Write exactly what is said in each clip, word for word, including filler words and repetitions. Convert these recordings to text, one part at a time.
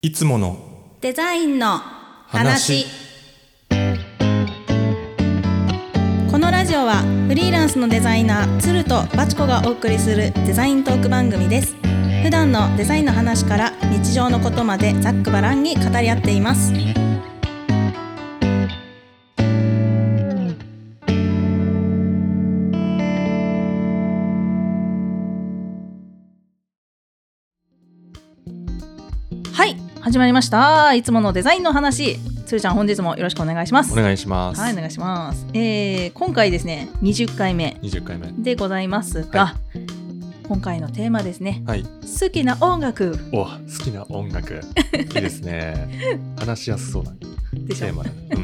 いつものデザインの話。このラジオはフリーランスのデザイナー鶴とバチコがお送りするデザイントーク番組です。普段のデザインの話から日常のことまでざっくばらんに語り合っています。はい、始まりました。いつものデザインの話。つるちゃん、本日もよろしくお願いします。 お願いします。 はい、お願いします。えー、今回ですね、にじゅっかいめにじゅっかいめでございますが、はい、今回のテーマですね、はい、好きな音楽。 お、好きな音楽いいですね。話しやすそうなテーマだ、うん、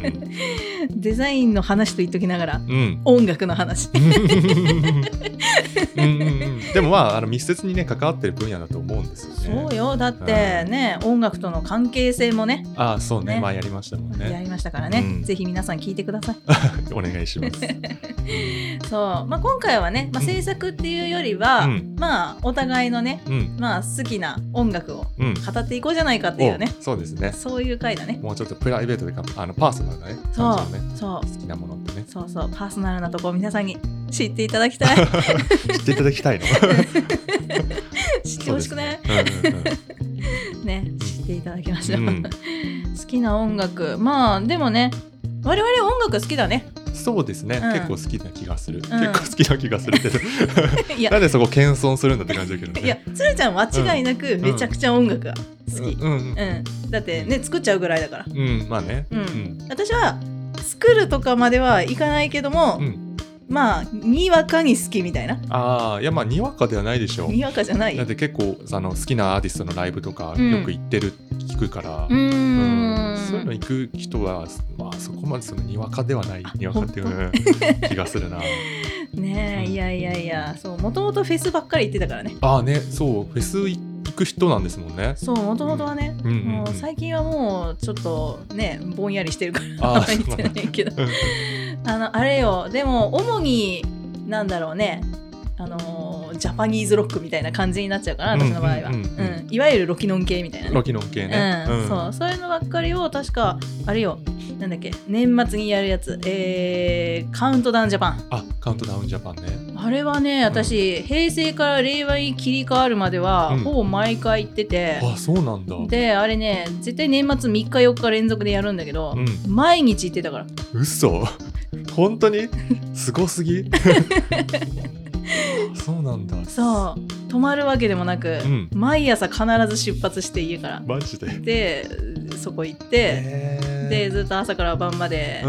デザインの話と言っときながら、うん、音楽の話うんうん、 うん、でもまあ、あの密接にね関わってる分野だと思うんですよね。 そうよ、だってね、うん、音楽との関係性もね、 ああそうね、ね、まあやりましたもんね。 やりましたからね、うん、ぜひ皆さん聞いてくださいお願いしますそう、まあ、今回はね、まあ、制作っていうよりは、うん、まあお互いのね、うん、まあ好きな音楽を語っていこうじゃないかっていうね、 うん、そうですね、 そういう回だね。 もうちょっとプライベートであのパーソナルなね、 そう感じのね、 そう好きなものってね、 そうそう、パーソナルなところを皆さんに知っていただきたい知っていただきたいの知ってほしくない、 ね、うんうんうん、 ね、知っていただきましょう、うん、好きな音楽、まあでもね、我々音楽好きだね。 そうですね、うん、結構好きな気がする、うん、結構好きな気がするけどなんでそこ謙遜するんだって感じだけどね。 いや、つるちゃんは間違いなくめちゃくちゃ音楽が好き、うんうんうんうん、だってね、作っちゃうぐらいだから、 うん、まあね、 うんうん、私は作るとかまではいかないけども、うん、まあにわかに好きみたいな。 ああ、いや、まあにわかではないでしょう。 にわかじゃない。 だって結構あの好きなアーティストのライブとかよく行ってる、うん、聞くから、 うーん、 うん、そういうの行く人は、まあ、そこまでそのにわかではない、にわかっていう気がするなねえ、うん、いやいやいや、そう、もともとフェスばっかり行ってたからね。 ああね、そう、フェス行く人なんですもんね。 そう、もともとはね、うんうんうん、もう最近はもうちょっとねぼんやりしてるから行ってないけどあのあれよ、でも主になんだろうね、あのー、ジャパニーズロックみたいな感じになっちゃうかな、私の場合は、うんうんうんうん、いわゆるロキノン系みたいな、ね、 ロキノン系ね、 うんうん、そうそういうのばっかりを、確かあれよ、なんだっけ、年末にやるやつ、えー、カウントダウンジャパン。 あ、カウントダウンジャパンね。 あれはね、私、うん、平成から令和に切り替わるまでは、うん、ほぼ毎回行ってて、 あ、そうなんだ。 で、あれね、絶対年末みっかよっか連続でやるんだけど、うん、毎日行ってたから。 嘘本当にすごすぎそうなんだ。 そう、泊まるわけでもなく、うん、毎朝必ず出発して家から、 マジで、 でそこ行って、でずっと朝から晩まで、うん、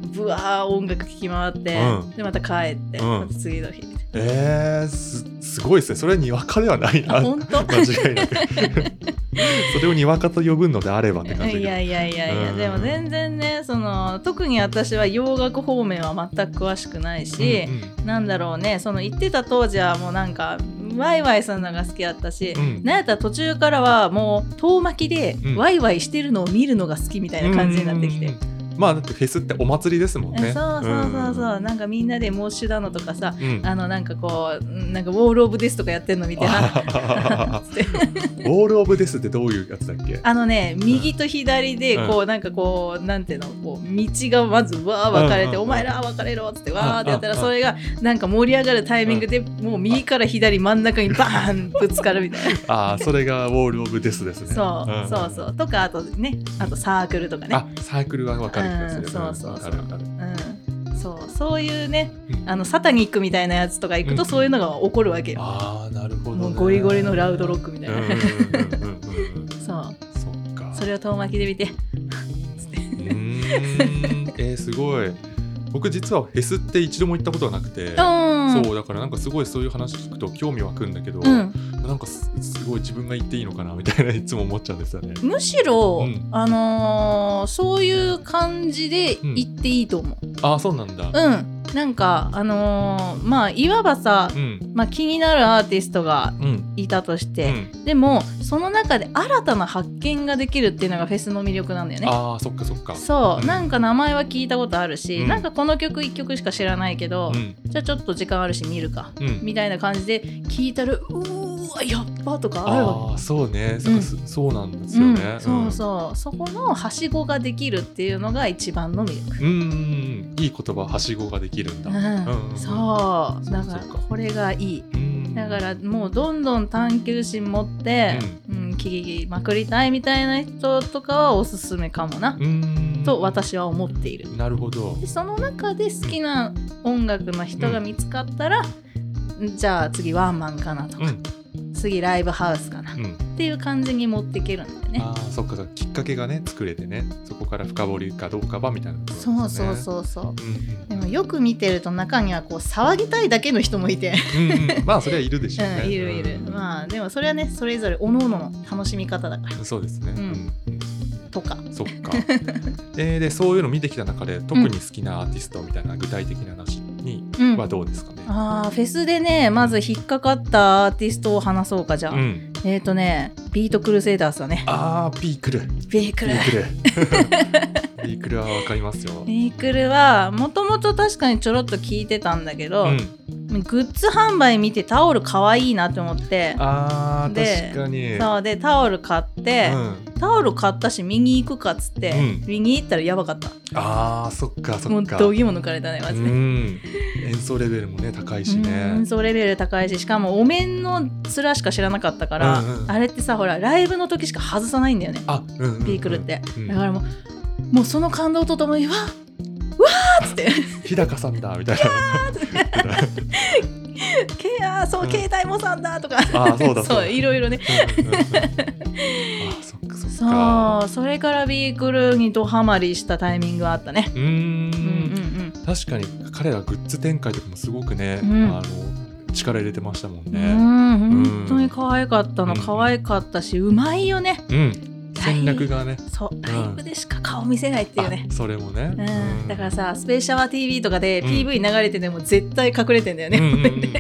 ぶわー音楽聴き回って、うん、でまた帰って、うん、また次の日、 えー、す, すごいですね。それはにわかではないな。 本当間違いなくそれをにわかと呼ぶのであればって感じ。 いやいやいやいや、でも全然ね、その特に私は洋楽方面は全く詳しくないし、うんうん、なんだろうね、その言ってた当時はもうなんかワイワイするのが好きだったし、うん、なんやったら途中からはもう遠巻きでワイワイしてるのを見るのが好きみたいな感じになってきて、うんうんうん、まあだってフェスってお祭りですもんね。 そうそうそうそう、うん、なんかみんなでモッシュだのとかさ、うん、あのなんかこうなんかウォールオブデスとかやってんの見てなウォールオブデスってどういうやつだっけ。 あのね、右と左でこう、うん、なんかこうなんていうの、こう道がまずわー分かれて、うんうん、お前ら分かれろっつってわーってやったら、それがなんか盛り上がるタイミングで、うん、もう右から左真ん中にバーンぶつかるみたいなああ、それがウォールオブデスですね。 そう、うん、そうそうとか、あとね、あとサークルとかね。 あ、サークルは分かる気がする、 うん、そうそうそう、うん、そうそういうね、うん、あのサタニックみたいなやつとか行くと、そういうのが起こるわけよ、うん、 ああ、なるほど、ね、 もうゴリゴリのラウドロックみたいな、 うんうんうんうん、 そう、 そっか、 それを遠巻きで見てうーん、えー、すごい。僕実はフェスって一度も行ったことはなくて、そうだからなんかすごいそういう話聞くと興味湧くんだけど、うん、なんか す, すごい自分が行っていいのかなみたいないつも思っちゃうんですよね。 むしろ、うん、あのー、そういう感じで行っていいと思う、うん、 ああ、そうなんだ。 うん、なんかあのー、まあいわばさ、うんまあ、気になるアーティストがいたとして、うん、でもその中で新たな発見ができるっていうのがフェスの魅力なんだよね。 ああ、そっかそっか。 そう、 うん、 なんか名前は聞いたことあるし、うん、なんかこの曲いっきょくしか知らないけど、うん、じゃあちょっと時間あるし見るか、うん、みたいな感じで聞いたら、ううわやっばとかあるわけ。 あそうね、うん、そうなんですよね、うん、 そうそう、そこのはしごができるっていうのが一番の魅力。 うん、いい言葉、はしごができるんだ、うんうん、そうだからこれがいい。だからもうどんどん探求心持って、うんうん、聞きまくりたいみたいな人とかはおすすめかもなと私は思っている。 なるほど。 でその中で好きな音楽の人が見つかったら、うん、じゃあ次ワンマンかなとか、うん、次ライブハウスかな、うん、っていう感じに持っていけるんだよね。 あそっか、きっかけがね作れてね、そこから深掘りかどうかばみたいなことですね。 そうそうそうそう、うん、でもよく見てると中にはこう騒ぎたいだけの人もいてうん、うん、まあそれはいるでしょうね、 うん、いるいる、うん、まあでもそれはねそれぞれ各々の楽しみ方だから。 そうですね、うん、 とかそっかえー、でそういうの見てきた中で特に好きなアーティストみたいな具体的な話にはどうですかね、 うん、あフェスでねまず引っかかったアーティストを話そうか。じゃあ、うん、えっ、ー、とねビートクルセイダーズだね。 あービークルビークルビークルビークルはわかりますよ。 ビークルはもともと確かにちょろっと聞いてたんだけど、うん、グッズ販売見てタオルかわいいなって思って、 あー確かにそうでタオル買って、うん、タオル買ったし見に行くかっつって、うん、見に行ったらやばかった。 あーそっかそっか、 もう道着も抜かれたねマジで。 うん演奏レベルもね高いしね。 演奏レベル高いし、しかもお面の面しか知らなかったから、うんうん、あれってさほらライブの時しか外さないんだよね、 あ、うんうんうん、 ビークルって、うん、だからもうもうその感動とともにわっわーっつって日高さんだみたいなケアそう、うん、携帯もさんだとかあそうだそういろいろねうんうん、うん、あそっかそっか。そうそれからビークルにドハマりしたタイミングがあったね。 うーん、うんうんうん、確かに彼らグッズ展開とかもすごくね、うん、あの力入れてましたもんね。 うん本当に可愛かったの、うん、可愛かったしうまいよね、 うん戦略がね。 そうライブでしか顔見せないっていうね、 うん、それもね、 うん、だからさスペーシャワー ティーブイ とかで ピーブイ 流れてても絶対隠れてんだよね、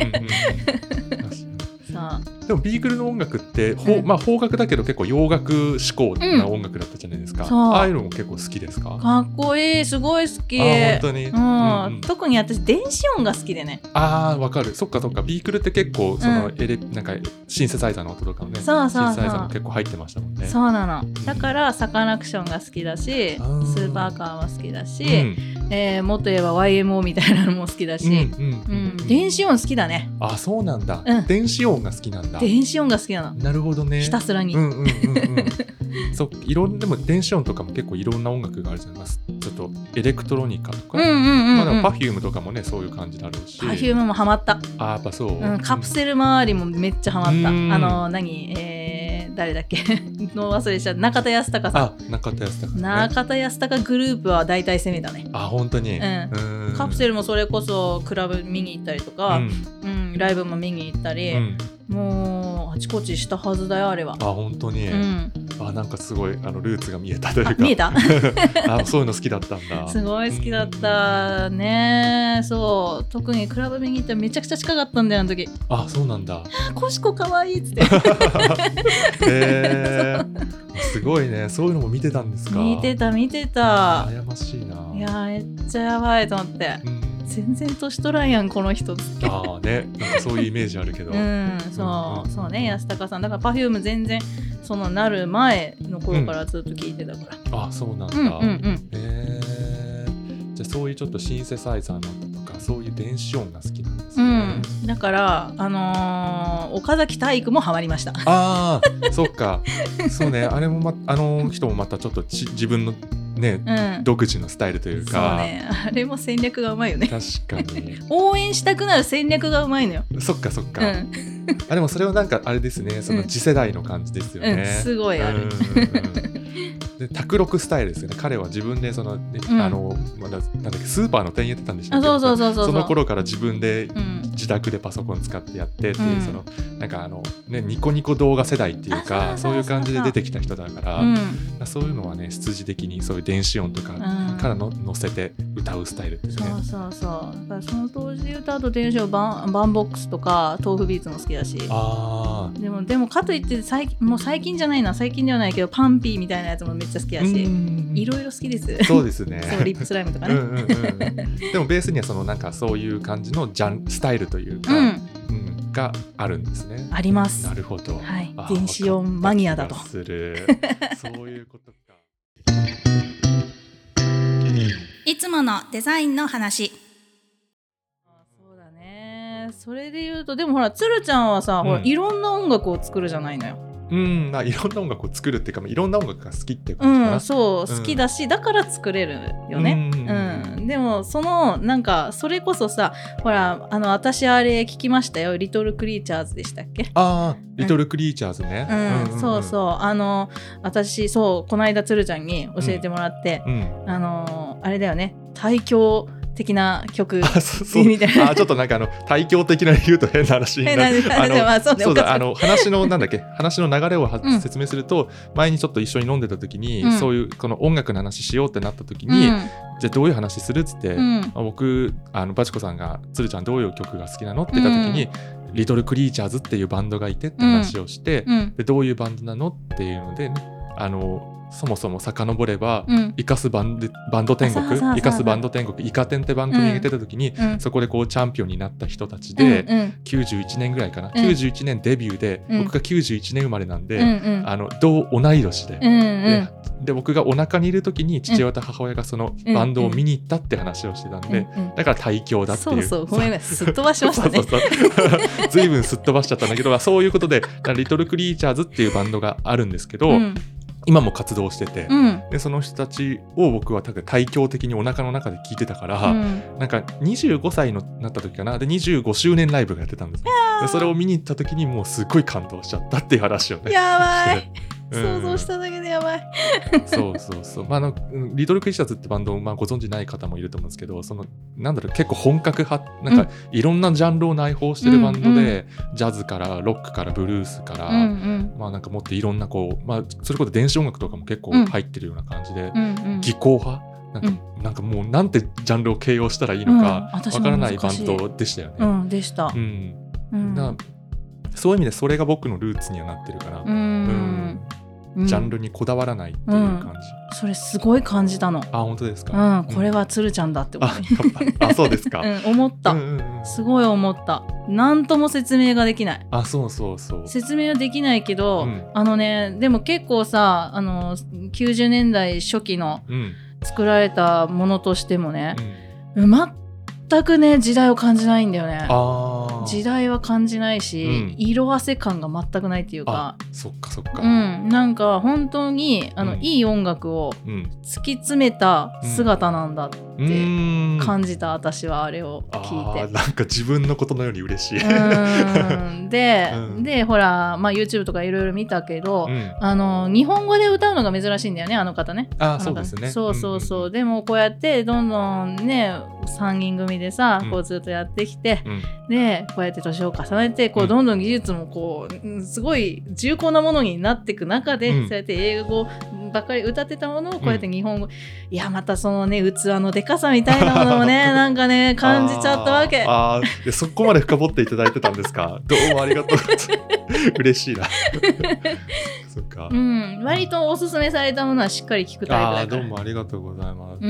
でもビークルの音楽って、うんまあ、邦楽だけど結構洋楽志向な音楽だったじゃないですか、うん、ああいうのも結構好きですか？ かっこいい、すごい好き。 あ本当に、 うんうんうん、特に私電子音が好きでね。 あーわかる、そっかそっか。ビークルって結構その、うん、エレなんかシンセサイザーの音とかもね、 そうそうそう、 シンセサイザーも結構入ってましたもんね。 そうなの、だからサカナクションが好きだし、スーパーカーも好きだし、うんえー、もっと言えば ワイエムオー みたいなのも好きだし、うんうんうんうん、電子音好きだね。 あそうなんだ、うん、電子音が好きなんだ。 電子音が好きなの。 なるほどね。 ひたすらに、 うんうんうんうんそういろんでも電子音とかも結構いろんな音楽があるじゃないですか。ちょっとエレクトロニカとか、うんうんうんうん、まあ、でも Perfume とかもねそういう感じだろうし。 Perfume もハマった。 あやっぱそう、 うん、カプセル周りもめっちゃハマった。あの何、えー、誰だっけの忘れちゃう、中田康隆さん。 あ中田康隆、ね、 中田康隆グループは大体攻めたね。 あ本当に、 うん、カプセルもそれこそクラブ見に行ったりとか、うんうん、ライブも見に行ったり、うん、もうあちこちしたはずだよあれは。 あ本当に、うん、あなんかすごいあのルーツが見えたというか。 見えたあそういうの好きだったんだ。 すごい好きだったね。そう特にクラブ見に行ったらめちゃくちゃ近かったんだよあの時。 あそうなんだ。 コシコかわいいっつってへーすごいね。そういうのも見てたんですか？ 見てた見てた。 羨ましいな。 いやめっちゃやばいと思って、うん、全然年取らんやんこの人って。 あねなんかそういうイメージあるけどうんそう、うん、そうね安高さんだから Perfume 全然そのなる前の頃からずっと聞いてたから、 うん、あそうなんだ、うんうんうん、へーじゃあそういうちょっとシンセサイザーの音とかそういう電子音が好きなんですね、 うん、だからあのー、岡崎体育もハマりました。 あーそっかそうねあれも、ま、あの人もまたちょっとち自分のね、うん、独自のスタイルというか。そうねあれも戦略がうまいよね。 確かに応援したくなる戦略がうまいのよ。 そっかそっか、うん、あでもそれはなんかあれですねその次世代の感じですよね、うんうん、 すごいある。 で卓録スタイルですよね。彼は自分でその、ねうん、あのまだなんだっけスーパーの店員やってたんでしょうけど、 そうそうそうそうその頃から自分で、うん、自宅でパソコン使ってやってっていう、うん、そのなんかあのねニコニコ動画世代っていうかそういう感じで出てきた人だから、うん、そういうのはね必需的にそういう電子音とかからの、うん、乗せて歌うスタイルってね。 そうそうそうだからその当時で歌うと電子音バンバンボックスとか豆腐ビーツも好きだし。 あでもでもかといって最もう最近じゃないな最近ではないけどパンピーみたいなやつもめっちゃ好きだしいろいろ好きです。 そうですねそうリップスライムとかねうんうん、うん、 でもベースにはそのなんかそういう感じのジャンスタイルというか、うんうん、 があるんですね。 あります。 なるほど、 はい、電子音マニアだとするそういうことか。 いつものデザインの話。 そうだね。それで言うとでもほらつるちゃんはさ、 うん、 ほらいろんな音楽を作るじゃないのよ。 うん、まあ、いろんな音楽を作るっていうか、いろんな音楽が好きっていう感じかな、 うん、そう、 うん、 好きだしだから作れるよね、うんうんうん、でもそのなんかそれこそさほらあの私あれ聞きましたよ、リトルクリーチャーズでしたっけ。 ああ、リトルクリーチャーズね、 うんうんうんうん、そうそう、あの私そうこの間つるちゃんに教えてもらって、うんうん、あのあれだよね、対響的な曲あそうみたいなあちょっとなんかあの対響的な言うと変な話になるあの話のなんだっけ話の流れを、うん、説明すると、前にちょっと一緒に飲んでた時に、うん、そういうこの音楽の話しようってなった時に、うん、じゃあどういう話するっつって、うん、僕あのバチコさんがつるちゃんどういう曲が好きなのって言った時に、うん、リトルクリーチャーズっていうバンドがいてって話をして、うん、でどういうバンドなのっていうのでね、あのそもそも遡れば、うん、イカスバンド、バンド天国、イカスバンド天国、イカ天って番組が出た時に、うん、そこでこうチャンピオンになった人たちで、うんうん、きゅうじゅういちねんぐらいかな、うん、きゅうじゅういちねんデビューで、うん、僕がきゅうじゅういちねん生まれなんで、うんうん、あの同同い年で、うんうん、で, で僕がお腹にいる時に父親と母親がそのバンドを見に行ったって話をしてたんで、うんうん、だから対響だっていう、 そうそうごめんなさい、すっ飛ばしましたねずいぶんすっ飛ばしちゃったんだけど、そういうことでリトルクリーチャーズっていうバンドがあるんですけど、うん、今も活動してて、うん、でその人たちを僕は対響的にお腹の中で聞いてたから、うん、なんかにじゅうごさいになった時かな、でにじゅうごしゅうねんライブがやってたんです。でそれを見に行った時にもうすごい感動しちゃったっていう話をね、 やばい想像しただけでやばいそうそうそう、まあ、あのリトルクリーチャーズってバンドを、まあ、ご存知ない方もいると思うんですけど、そのなんだろう、結構本格派、なんかいろんなジャンルを内包してるバンドで、うん、ジャズからロックからブルースから、うんうん、まあなんかもっといろんなこう、まあ、それこそ電子音楽とかも結構入ってるような感じで、うんうん、技巧派なんか、うん、なんかもうなんてジャンルを形容したらいいのかわからないバンドでしたよね、 うん、でした、 うんうん、だそういう意味でそれが僕のルーツにはなってるから、うんうん、ジャンルにこだわらないっていう感じ、うん、 それすごい感じたの。 あ、本当ですか、 うん、これはつるちゃんだって思っああそうですか、 うん、思った、うんうんうん、すごい思った。なんとも説明ができない。 あ、そうそうそう、 説明はできないけど、うん、あのね、でも結構さ、あのきゅうじゅうねんだい初期の作られたものとしてもね、うん、全くね時代を感じないんだよね。あ、時代は感じないし、うん、色あせ感が全くないっていうか、 そっかそっか、 うん、なんか本当にあの、うん、いい音楽を突き詰めた姿なんだって感じた、うん、私はあれを聞いて、 あ、なんか自分のことのように嬉しい。 うんで、うん、でほら、まあ、YouTube とかいろいろ見たけど、うん、あの日本語で歌うのが珍しいんだよね、あの方ね。 あ、そうですね。 そうそうそう、うん、でもこうやってどんどんねさんにん組でさ、こうずっとやってきて、うん、でこうやって年を重ねてこうどんどん技術もこうすごい重厚なものになっていく中で、うん、そうやって英語ばっかり歌ってたものをこうやって日本語、うん、いやまたそのね器のでかさみたいなものをねなんかね感じちゃったわけ。 ああ、そこまで深掘っていただいてたんですか。どうもありがとう嬉しいなそっか、 うん、割とおすすめされたものはしっかり聞くタイプだから。 あ、どうもありがとうございます、 うんうん、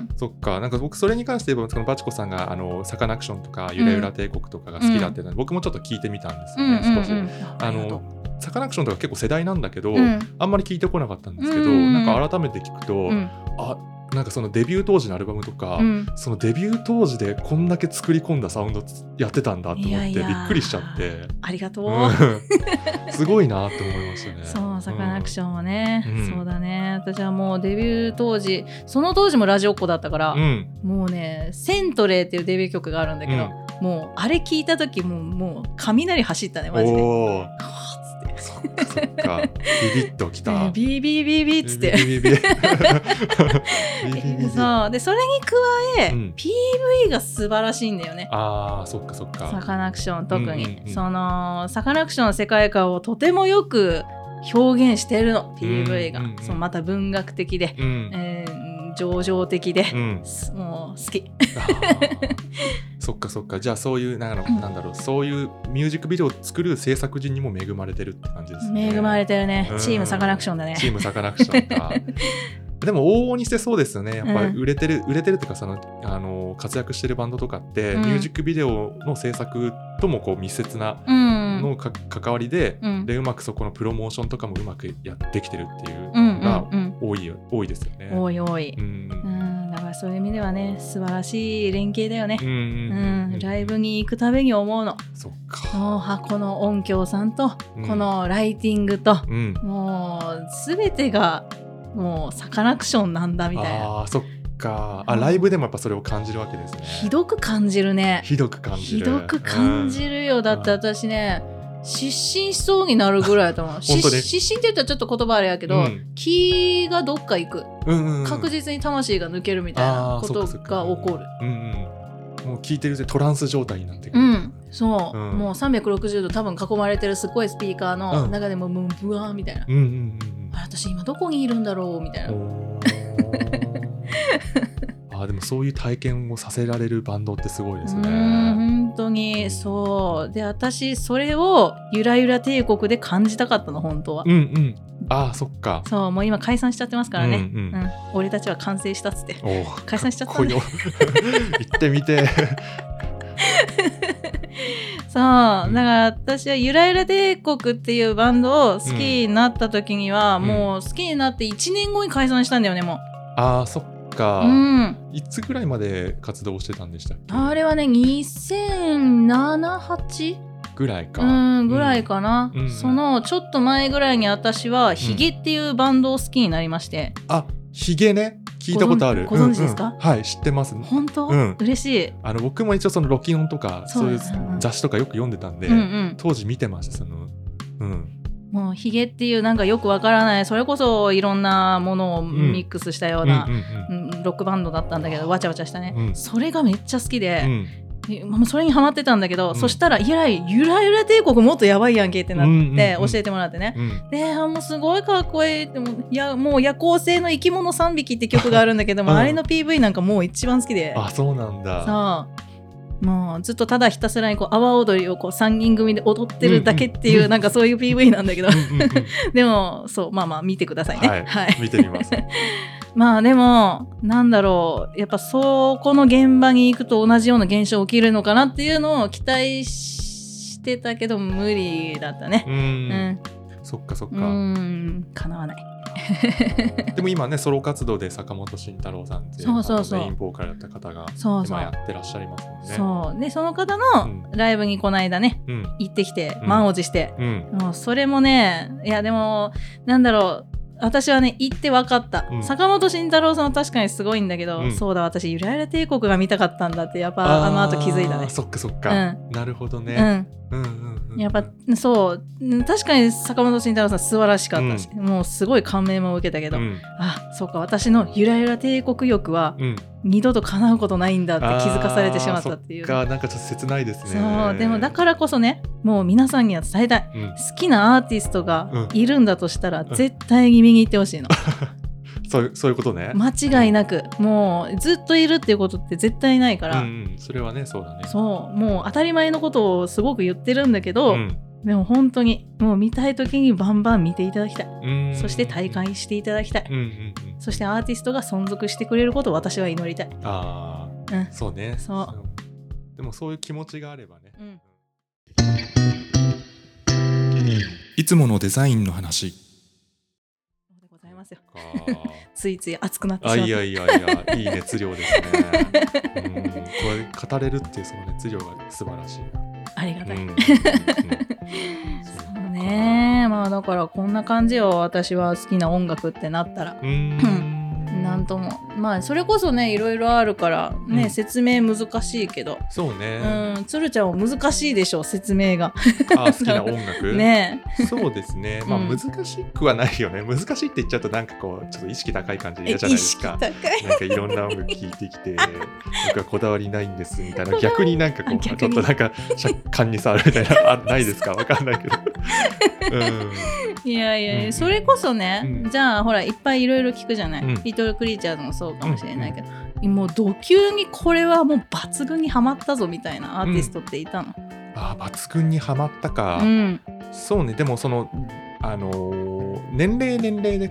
そっか、なんか僕それに関して言えばそのバチコさんがあのサカナクションとかゆらゆら帝国とかが好きだっていうので、うん、僕もちょっと聞いてみたんですよね、うんうんうん、少し、あのサカナクションとか結構世代なんだけど、うん、あんまり聞いてこなかったんですけど、うん、なんか改めて聞くと、うん、あ、なんかそのデビュー当時のアルバムとか、うん、そのデビュー当時でこんだけ作り込んだサウンドやってたんだと思って、いやいやびっくりしちゃって、 ありがとう、 うん、すごいなって思いましたね。 そう、サカナクションはね、うん、そうだね、私はもうデビュー当時、その当時もラジオっ子だったから、うん、もうねセントレーっていうデビュー曲があるんだけど、うん、もうあれ聞いた時もう、もう雷走ったねマジで。おーそっかそっかビビッときた、 ビビビビッつってビビビビそうでそれに加え、うん、ピーブイ が素晴らしいんだよね。 あー、そっかそっか、 サカナクション特に、うんうんうん、そのサカナクションの世界観をとてもよく表現してるの ピーブイ が、うんうんうん、そのまた文学的で、うん、えー、情状的で、うん、もう好きそっかそっか、じゃあそういうなんか、なんだろう、そういうミュージックビデオを作る制作陣にも恵まれてるって感じですね。 恵まれてるね、うん、チームサカナクションだね。 チームサカナクションかでも往々にしてそうですよね。やっぱうん売れてる、売れてるっていうかそのあの活躍してるバンドとかって、 うんミュージックビデオの制作ともこう密接なうんのか、関わりで、 うんでうまくそこのプロモーションとかもうまくやってきてるっていううんのがうんうん多いよ、多いですよね。 多い多い、 ううんん、だからそういう意味ではね素晴らしい連携だよね。 うんうんううんん、ライブに行くたびに思うの。 そっもうか。 この音響さんと、 うんこのライティングと、 うん。 もう全てがもうサカナクションなんだみたいな。 ああそっか。あうんライブでもやっぱそれを感じるわけですね。 ひどく感じるね。 ひどく感じひる。 どく感じるよ。だって私ね、失神しそうになるぐらいだと思う。 本当に失失神って言ったらちょっと言葉あれやけど、 うん気がどっか行く。 うんうんうん、 確実に魂が抜けるみたいなことが起こる。 うんうん。もう聞いてるうちにトランス状態になってくる。 うん、そう、 うんもうさんびゃくろくじゅうど多分囲まれてるすごいスピーカーうんの中でももうブワーみたいな、 うんうんうんあれ私今どこにいるんだろうみたいな。 うん。おーあーでもそういう体験をさせられるバンドってすごいですうーんね。 本当にそうで、私それをゆらゆら帝国で感じたかったの本当は。 うんうん。ああそっか。 そうもう今解散しちゃってますからね、 うんうんうん俺たちは完成したっつっておー解散しちゃったねかっこよ行ってみて。 そうだから私はゆらゆら帝国っていうバンドを好きになった時には、 うんもう好きになっていちねんごに解散したんだよねもああそっか、 う。うんいつぐらいまで活動してたんでしたっけ？ あれはねにせんなな、はちぐらいか。 うんぐらいかな、 うんそのちょっと前ぐらいに私はヒゲっていうバンドを好きになりまして、 あヒゲね聞いたことある。 ご存ご存知ですかうんうんはい知ってます。 本当、 うん嬉しい。 あの僕も一応そのロキノンとかそそうういううん雑誌とかよく読んでたんで、 うんうん当時見てましたそのうんもうヒゲっていうなんかよくわからないそれこそいろんなものをミックスしたような、 うんうんうんロックバンドだったんだけどわちゃわちゃしたね、 うんそれがめっちゃ好きで、 うんえもうそれにハマってたんだけど、 うんそしたらいやゆらゆら帝国もっとやばいやんけってなって、 うんうんうん教えてもらってね、 うんであもうすごいかっこいいってもういやもう夜行性の生き物さんびきって曲があるんだけども、 うんあれの ピーブイ なんかもう一番好きで、 あそうなんだ。 そうもうずっとただひたすらにこう阿波踊りをこうさんにん組で踊ってるだけっていう、 うんうんなんかそういう ピーブイ なんだけどうんうんうんでもそうまあまあ見てくださいね。 はい、 はい、 見てみます。 まあでもなんだろうやっぱそこの現場に行くと同じような現象起きるのかなっていうのを期待してたけど無理だったね。 ううんん、 そっかそっか。 うん叶わない。 でも今ねソロ活動で坂本慎太郎さんっていうそうそうそうあのメインボーカルだった方がそうそう今やってらっしゃいますもんね。 そうでその方うのんライブにこの間ねうん行ってきて、 うん満を持して、 うんもうそれもねいやでもなんだろう私はね行って分かった、 うん坂本慎太郎さんは確かにすごいんだけど、 うんそうだ私ゆらゆら帝国が見たかったんだってやっぱあの後気づいたね。 そっかそっか、 うなるほどね。 うんうんうんうん、 やっぱそううん確かに坂本慎太郎さん素晴らしかったし、もうすごい感銘も受けたけど、 うんあそうか私のゆらゆら帝国欲はうん、 二度と叶うことないんだって気づかされてしまったっていう、 あーそっかなんかちょっと切ないですね。 そうでもだからこそねもう皆さんには伝えたいうん、 好きなアーティストがいるんだとしたら、 ん絶対に見に行ってほしいのそうそういうことね。 間違いなくもうずっといるっていうことって絶対ないから、 うんうん、それはねそうだね。 そうもう当たり前のことをすごく言ってるんだけど、 うんでも本当にもう見たい時にバンバン見ていただきたい、 うん、 そして大会していただきたい、 うんうんうん、 そしてアーティストが存続してくれることを私は祈りたい、 ああ、 うんそうね。 そうでもそういう気持ちがあればね。 うんいつものデザインの話。 そうでございますよかついつい熱くなってしまったあいやいやいやいい熱量ですね。うんこれ語れるっていうその熱量が素晴らしいな。 ありがたい、 うんうんそうねまあだからこんな感じよ私は好きな音楽ってなったらうーんなんともまあそれこそねいろいろあるからね、 うん説明難しいけどそうね。 うん鶴ちゃんも難しいでしょ説明があ好きな音楽ねそうですね。まあうん難しくはないよね。難しいって言っちゃうとなんかこうちょっと意識高い感じでえ嫌じゃないですか。 意識高いなんかいろんな音楽聴いてきて僕はこだわりないんですみたいな逆になんかこうちょっ逆にとなんか尺感に触るみたいなあないですかわかんないけどうんいやいやいや、 うんそれこそね、 うんじゃあほらいっぱいいろいろ聞くじゃない、 うんリトルクリーチャーズもそうかもしれないけど、もうド級にこれはもう抜群にハマったぞみたいなアーティストっていたの、 あ抜群にはまったか、 うんそうねでもそのあのー年齢年齢で変わって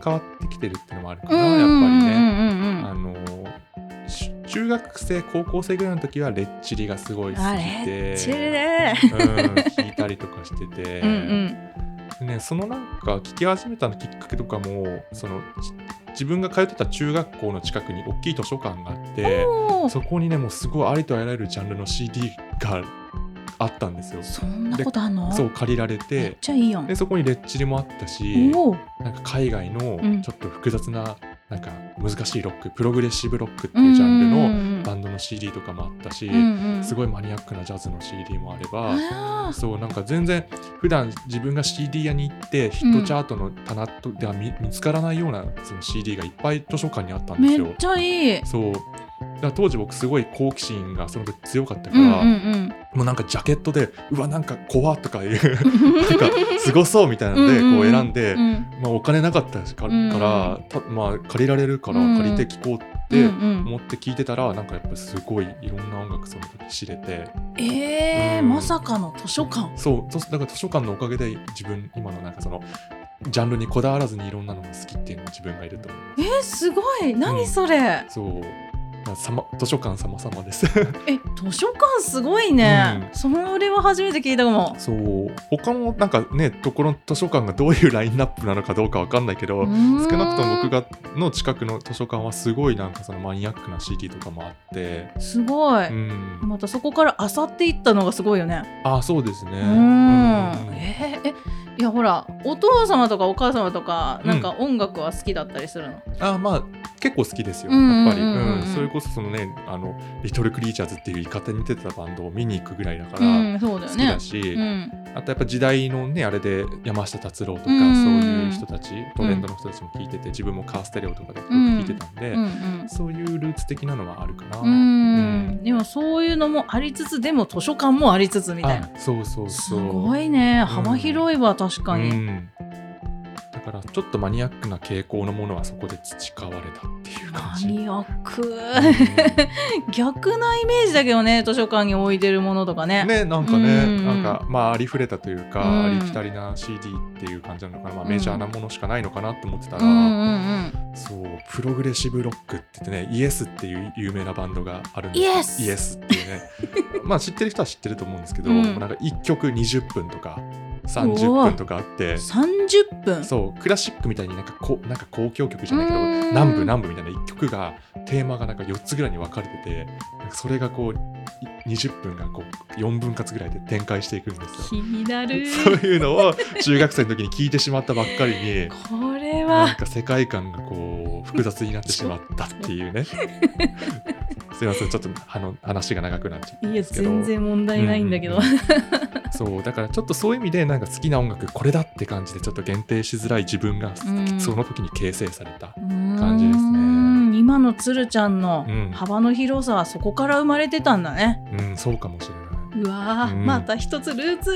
てきてるっていうのもあるかな、やっぱりね。あの中学生高校生ぐらいの時はレッチリがすごい好きで、 レッチリね、 うん、聞いたりとかしててうん、うんね、そのなんか聞き始めたのきっかけとかもその自分が通ってた中学校の近くに大きい図書館があって、そこにねもうすごいありとあらゆるジャンルの シーディー があったんですよ。 そんなことあんの？ そう借りられて、 めっちゃいいやん。 でそこにレッチリもあったし、なんか海外のちょっと複雑な、うんなんか難しいロックプログレッシブロックっていうジャンルのバンドの シーディー とかもあったし、うんうん、すごいマニアックなジャズの シーディー もあれば、そうなんか全然普段自分が シーディー 屋に行ってヒットチャートの棚では 見, 見つからないようなその シーディー がいっぱい図書館にあったんですよ。 めっちゃいい。そうだから当時僕すごい好奇心がその時強かったから、うんうんうん、もうなんかジャケットでうわなんか怖っとかいうなんかすごそうみたいなのでこう選んで、うんうんうんまあ、お金なかったから、うんうんたまあ、借りられるから借りて聴こうって思って聞いてたら、うんうん、なんかやっぱすごいいろんな音楽その時知れてえー、うん、まさかの図書館。 そうだから図書館のおかげで自分今のなんかそのジャンルにこだわらずにいろんなのが好きっていうのは自分がいると思います。 えー、すごい何それ、 うん、そうさま、図書館様々ですえ図書館すごいね、うん、それは初めて聞いたかも。 そう他のなんかねところの図書館がどういうラインナップなのかどうかわかんないけど少なくとも僕がの近くの図書館はすごいなんかそのマニアックな シーディー とかもあってすごい、うん、またそこから漁っていったのがすごいよね。 あそうですね。うん、うん、 えー、えいやほらお父様とかお母様とかなんか音楽は好きだったりするの？ うん、あまあ結構好きですよやっぱり、うん、それこそそのねあのリトルクリーチャーズっていう言い方に似てたバンドを見に行くぐらいだから好きだし、うんねうん、あとやっぱ時代のねあれで山下達郎とか、うん、そういう人たちトレンドの人たちも聞いてて、うん、自分もカーステレオとかでよく聞いてたんで、うんうんうん、そういうルーツ的なのはあるかな。うん、 うん、でもそういうのもありつつでも図書館もありつつみたいな。 そうそうそうすごいね幅広いわ、うん、確かに、うんだからちょっとマニアックな傾向のものはそこで培われたっていう感じ。 マニアック、うん、逆なイメージだけどね図書館に置いてるものとかねねなんかね、うん、なんかまあありふれたというか、うん、ありきたりな シーディー っていう感じなのかな、まあ、メジャーなものしかないのかなって思ってたら、うんうんうん、そうプログレッシブロックって言ってねイエスっていう有名なバンドがあるんですイエスっていうねまあ知ってる人は知ってると思うんですけど、うん、なんかいっきょくにじゅっぷんとかさんじゅっぷんとかあってさんじゅっぷんそうクラシックみたいになんかこなんか交響曲じゃないけど南部南部みたいないっきょくがテーマがなんかよっつぐらいに分かれててなんかそれがこうにじゅっぷんがこうよんぶん割ぐらいで展開していくんですよ。 気になるそういうのを中学生の時に聞いてしまったばっかりにこれはなんか世界観がこう複雑になってしまったっていうねすいませんちょっとあの話が長くなっちゃったんですけどいや全然問題ないんだけど、うんうんうん、 そうだからちょっとそういう意味でなんか好きな音楽これだって感じでちょっと限定しづらい自分がその時に形成された感じですね。 うん今のつるちゃんの幅の広さはそこから生まれてたんだね。 うん、そうかもしれない。 うわー、うん、また一つルーツ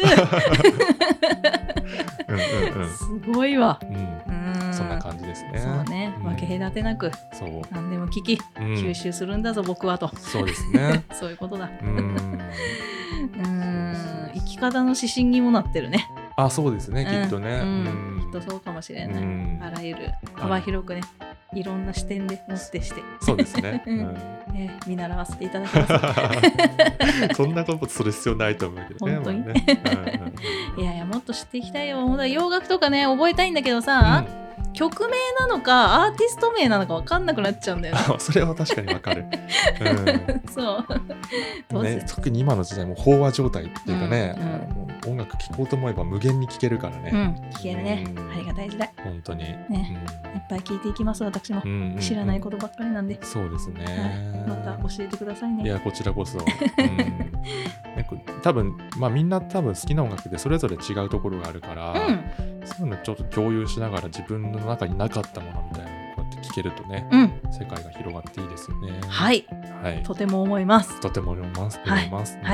うんうん、うん、すごいわ、うん、 うんそんな感じですね。 そうね、分け隔てなく、そう何でも聞き、うん、吸収するんだぞ僕はと。 そうですねそういうことだ。うんうん生き方の指針にもなってるね。 あそうですね、うん、きっとね、うんうん、きっとそうかもしれない、うん、あらゆる幅広くねいろんな視点でもってしてそうですね、うんね見習わせていただきますそんなことする必要ないと思うけどね本当に、 ねうんうん、いやいやもっと知っていきたいよ。本当は洋楽とかね覚えたいんだけどさ、うん、曲名なのかアーティスト名なのか分かんなくなっちゃうんだよねそれは確かに分かる、 うん、そうどうね、特に今の時代も飽和状態っていうかね、うんうん、音楽聴こうと思えば無限に聴けるからね、 うん、聴けるね、うん、ありがたい時代本当に、 ねうん、いっぱい聴いていきます私も、うんうんうん、知らないことばっかりなんで。 そうですね、 はい、また教えてくださいね。 いやこちらこそ、うんね、多分、まあ、みんな多分好きな音楽でそれぞれ違うところがあるから、うん、そういうのちょっと共有しながら自分の中になかったものみたいなのをこうやって聞けるとね、うん、世界が広がっていいですよね。 はい、はい、とても思います。 とても思います。思います。 はい。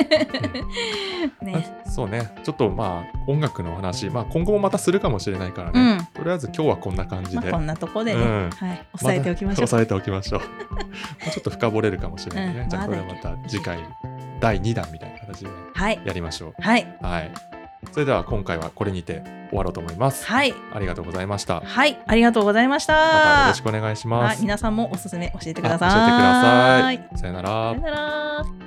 ね、そうね。ちょっとまあ音楽の話、まあ今後もまたするかもしれないからね。うん、とりあえず今日はこんな感じで、まあ、 こんなとこでね、うん、はい、押さえておきましょう。 押さえておきましょう。もうちょっと深掘れるかもしれないね。うん、じゃあこれはまた次回だいにだんみたいな形で、ね、はい、やりましょう。 はい。 はい。 それでは今回はこれにて終わろうと思います。 はい、 ありがとうございました。 はい、ありがとうございました。 またよろしくお願いします。 皆さんもおすすめ教えてください。 教えてください。さよなら。 さよなら。